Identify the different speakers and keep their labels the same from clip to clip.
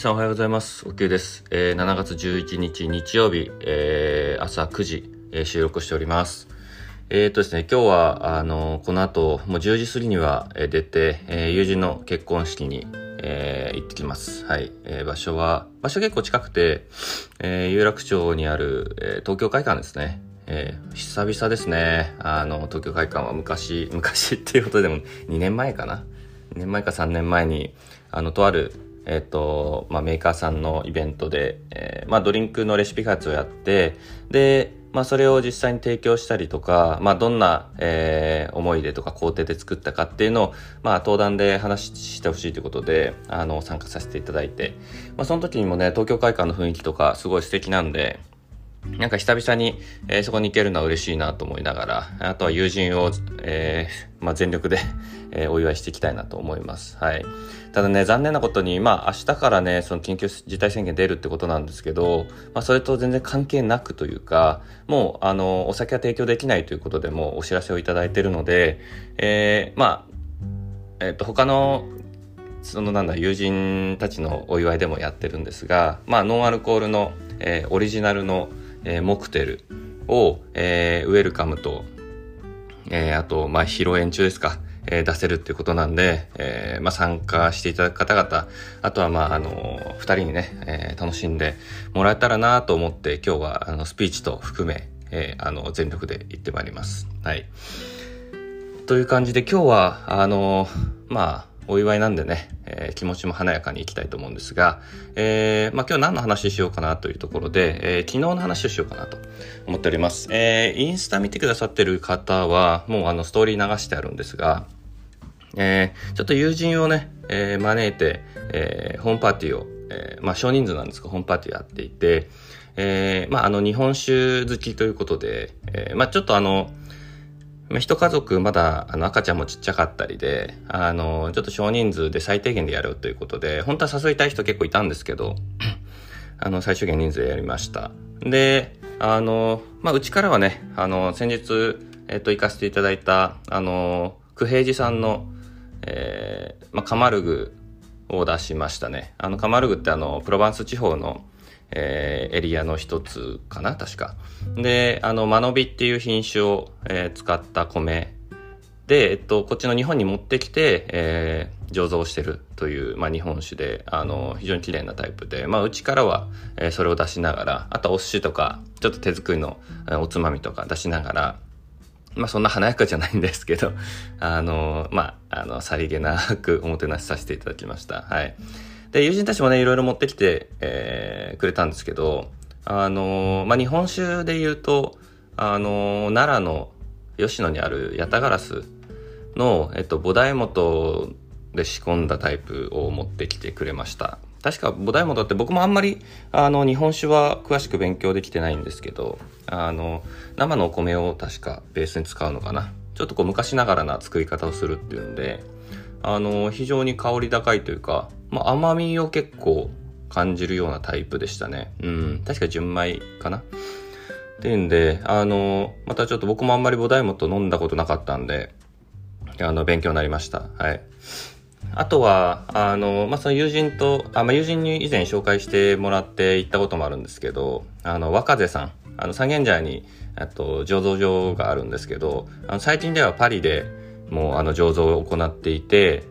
Speaker 1: さんおはようございます。OK です。7月11日日曜日、朝9時、収録しております。ですね、今日はこの後もう10時過ぎには出て、友人の結婚式に、行ってきます。はい。場所結構近くて、有楽町にある、東京会館ですね。久々ですね。東京会館は昔っていうことでも2年前かな。2年前か3年前にとあるメーカーさんのイベントで、ドリンクのレシピ開発をやって、で、それを実際に提供したりとか、どんな、思い出とか工程で作ったかっていうのを、登壇で話してほしいということで、参加させていただいて、その時にもね、東京会館の雰囲気とかすごい素敵なんで、なんか久々に、そこに行けるのは嬉しいなと思いながら、あとは友人を、全力で、お祝いしていきたいなと思います。はい。ただね、残念なことに、明日からね、その緊急事態宣言出るってことなんですけど、それと全然関係なくというか、もう、お酒は提供できないということでもお知らせをいただいているので、他の、友人たちのお祝いでもやってるんですが、ノンアルコールの、オリジナルの、モクテルを、ウェルカムと、あと、披露宴中ですか、出せるっていうことなんで、参加していただく方々、あとは2人にね、楽しんでもらえたらなと思って、今日はスピーチと含め、全力で行ってまいります。はい。という感じで今日はお祝いなんでね、気持ちも華やかにいきたいと思うんですが、今日何の話しようかなというところで、昨日の話をしようかなと思っております。インスタ見てくださってる方はもうストーリー流してあるんですが、ちょっと友人をね、招いて、ホームパーティーを、少人数なんですがホームパーティーやっていて、日本酒好きということで、ちょっと一家族まだ赤ちゃんもちっちゃかったりで、ちょっと少人数で最低限でやるということで、本当は誘いたい人結構いたんですけど、最小限人数でやりました。で、うちからはね、先日、行かせていただいた、九平寺さんの、カマルグを出しましたね。カマルグってプロヴァンス地方の、エリアの一つかな確かで、マノビっていう品種を、使った米で、こっちの日本に持ってきて、醸造してるという、日本酒で非常に綺麗なタイプで、うちからは、それを出しながら、あとはお寿司とかちょっと手作りのおつまみとか出しながら、そんな華やかじゃないんですけどさりげなくおもてなしさせていただきました。はい。で、友人たちもね、いろいろ持ってきて、くれたんですけど、日本酒で言うと、奈良の吉野にある八田ガラスの、菩提元で仕込んだタイプを持ってきてくれました。確か菩提元って僕もあんまり、日本酒は詳しく勉強できてないんですけど、生のお米を確かベースに使うのかな。ちょっと昔ながらな作り方をするっていうので、非常に香り高いというか、甘みを結構感じるようなタイプでしたね。確か純米かなっていうんで、またちょっと僕もあんまり菩提元飲んだことなかったんで、勉強になりました。はい。あとは、その友人と、友人に以前紹介してもらって行ったこともあるんですけど、若瀬さん、三軒茶屋に、醸造所があるんですけど、最近ではパリでもう醸造を行っていて、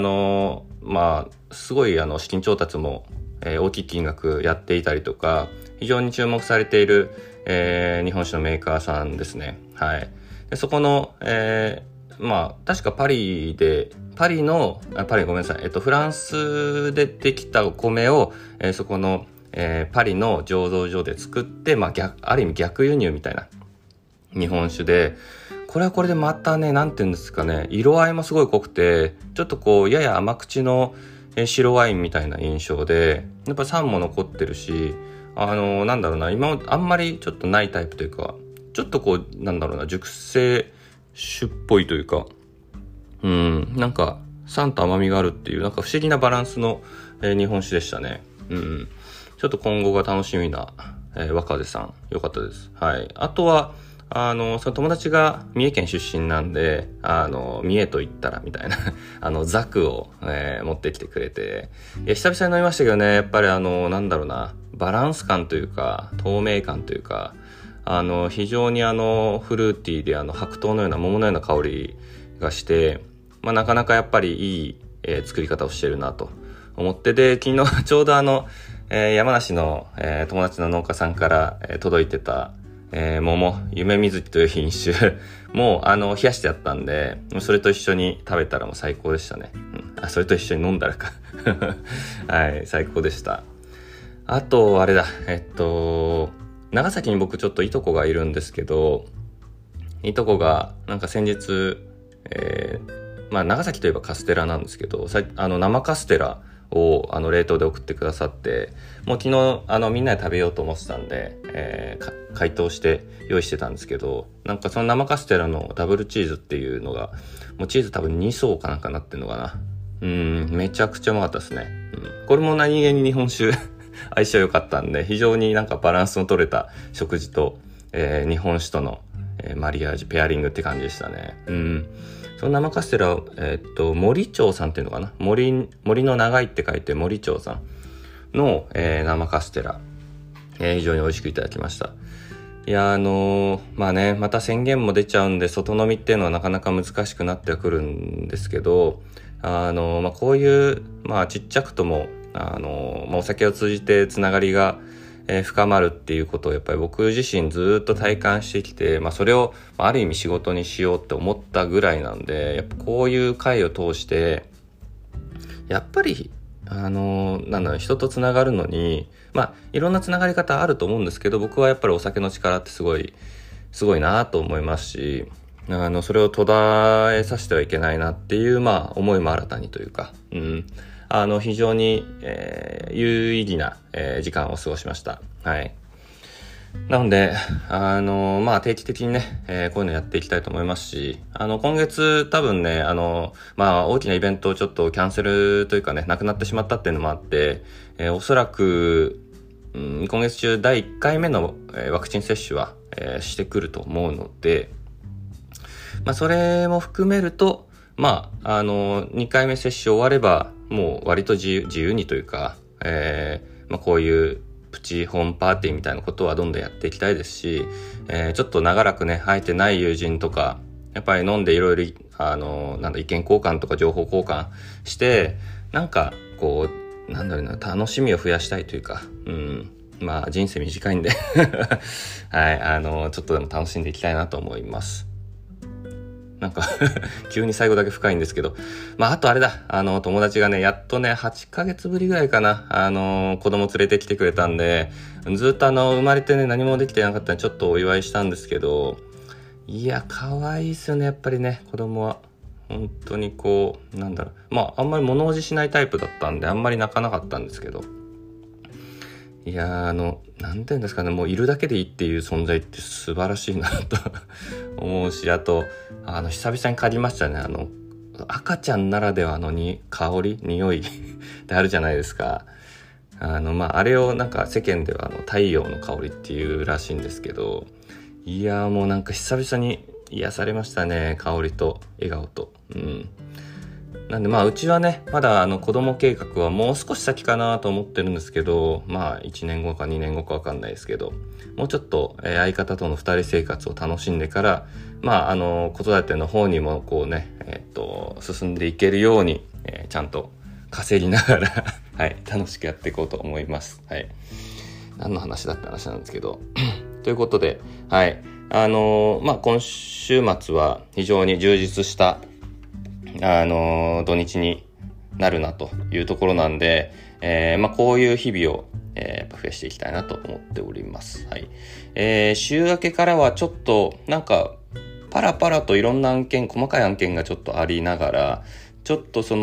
Speaker 1: すごい資金調達も、大きい金額やっていたりとか、非常に注目されている、日本酒のメーカーさんですね。はい。でそこの、確かパリごめんなさい。フランスでできたお米を、そこの、パリの醸造所で作って、ある意味逆輸入みたいな日本酒で、これはこれでまたね、なんていうんですかね、色合いもすごい濃くて、ちょっとやや甘口の白ワインみたいな印象で、やっぱ酸も残ってるし、今あんまりちょっとないタイプというか、ちょっと熟成酒っぽいというか、なんか酸と甘みがあるっていう、なんか不思議なバランスの、日本酒でしたね。ちょっと今後が楽しみな、若瀬さん、よかったです。はい。あとは、 その友達が三重県出身なんで、三重と言ったらみたいな、ザクを、持ってきてくれて、いや、久々に飲みましたけどね、やっぱりなんだろうな、バランス感というか、透明感というか、非常にフルーティーで白桃のような桃のような香りがして、なかなかやっぱりいい、作り方をしてるなと思って、で、昨日ちょうど山梨の、友達の農家さんから、届いてた、桃、夢水木という品種も冷やしてあったんで、それと一緒に食べたらもう最高でしたね。それと一緒に飲んだらか。はい、最高でした。あと、あれだ、長崎に僕ちょっといとこがいるんですけど、いとこがなんか先日、長崎といえばカステラなんですけど、生カステラを冷凍で送ってくださって、もう昨日みんなで食べようと思ってたんで、解凍して用意してたんですけど、なんかその生カステラのダブルチーズっていうのが、もうチーズ多分2層かなんかなってんのかな。めちゃくちゃうまかったですね。これも何気に日本酒相性良かったんで、非常になんかバランスの取れた食事と、日本酒との、マリアージュ、ペアリングって感じでしたね。その生カステラ、森町さんっていうのかな、森の長いって書いて森町さんの、生カステラ、非常に美味しくいただきました。いや、また宣言も出ちゃうんで、外飲みっていうのはなかなか難しくなってくるんですけど、こういう、ちっちゃくとも、お酒を通じてつながりが、深まるっていうことをやっぱり僕自身ずっと体感してきて、それをある意味仕事にしようって思ったぐらいなんで、やっぱこういう会を通して、やっぱり、人とつながるのに、いろんなつながり方あると思うんですけど、僕はやっぱりお酒の力ってすごいなと思いますし、それを途絶えさせてはいけないなっていう、思いも新たにというか、非常に、有意義な、時間を過ごしました。はい。なので、定期的にね、こういうのやっていきたいと思いますし、今月多分ね、大きなイベントをちょっとキャンセルというかね、なくなってしまったっていうのもあって、おそらく、今月中第1回目の、ワクチン接種は、してくると思うので、それも含めると、2回目接種終われば、もう割と自由にというか、こういうプチホームパーティーみたいなことはどんどんやっていきたいですし、ちょっと長らくね、会えてない友人とか、やっぱり飲んでいろいろ、意見交換とか情報交換して、楽しみを増やしたいというか、人生短いんで、はい、ちょっとでも楽しんでいきたいなと思います。急に最後だけ深いんですけど。あとあれだ。友達がね、やっとね、8ヶ月ぶりぐらいかな。子供連れてきてくれたんで、ずっと生まれてね、何もできてなかったんで、ちょっとお祝いしたんですけど、いや、可愛いっすよね、やっぱりね、子供は。本当にあんまり物おじしないタイプだったんで、あんまり泣かなかったんですけど。いやー、なんていうんですかね、もういるだけでいいっていう存在って素晴らしいなと思うし、あと、久々に嗅ぎましたね。赤ちゃんならではの匂いってあるじゃないですか。あれを世間では太陽の香りっていうらしいんですけど、いやーもう久々に癒されましたね、香りと笑顔と。なんでうちはね、まだ子供計画はもう少し先かなと思ってるんですけど、1年後か2年後かわかんないですけど、もうちょっと、相方との二人生活を楽しんでから、子育ての方にも進んでいけるように、ちゃんと稼ぎながらはい、楽しくやっていこうと思います。はい。何の話だって話なんですけど。ということで、はい。今週末は非常に充実した、土日になるなというところなんで、こういう日々を、やっぱ増やしていきたいなと思っております。はい。週明けからはちょっとパラパラといろんな細かい案件がちょっとありながら、ちょっと久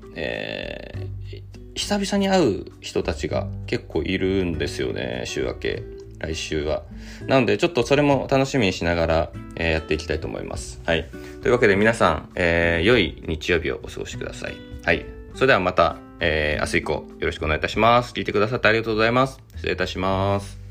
Speaker 1: 々に会う人たちが結構いるんですよね、週明け。来週は。なので、ちょっとそれも楽しみにしながら、やっていきたいと思います。はい。というわけで皆さん、良い日曜日をお過ごしください。はい。それではまた、明日以降よろしくお願いいたします。聞いてくださってありがとうございます。失礼いたします。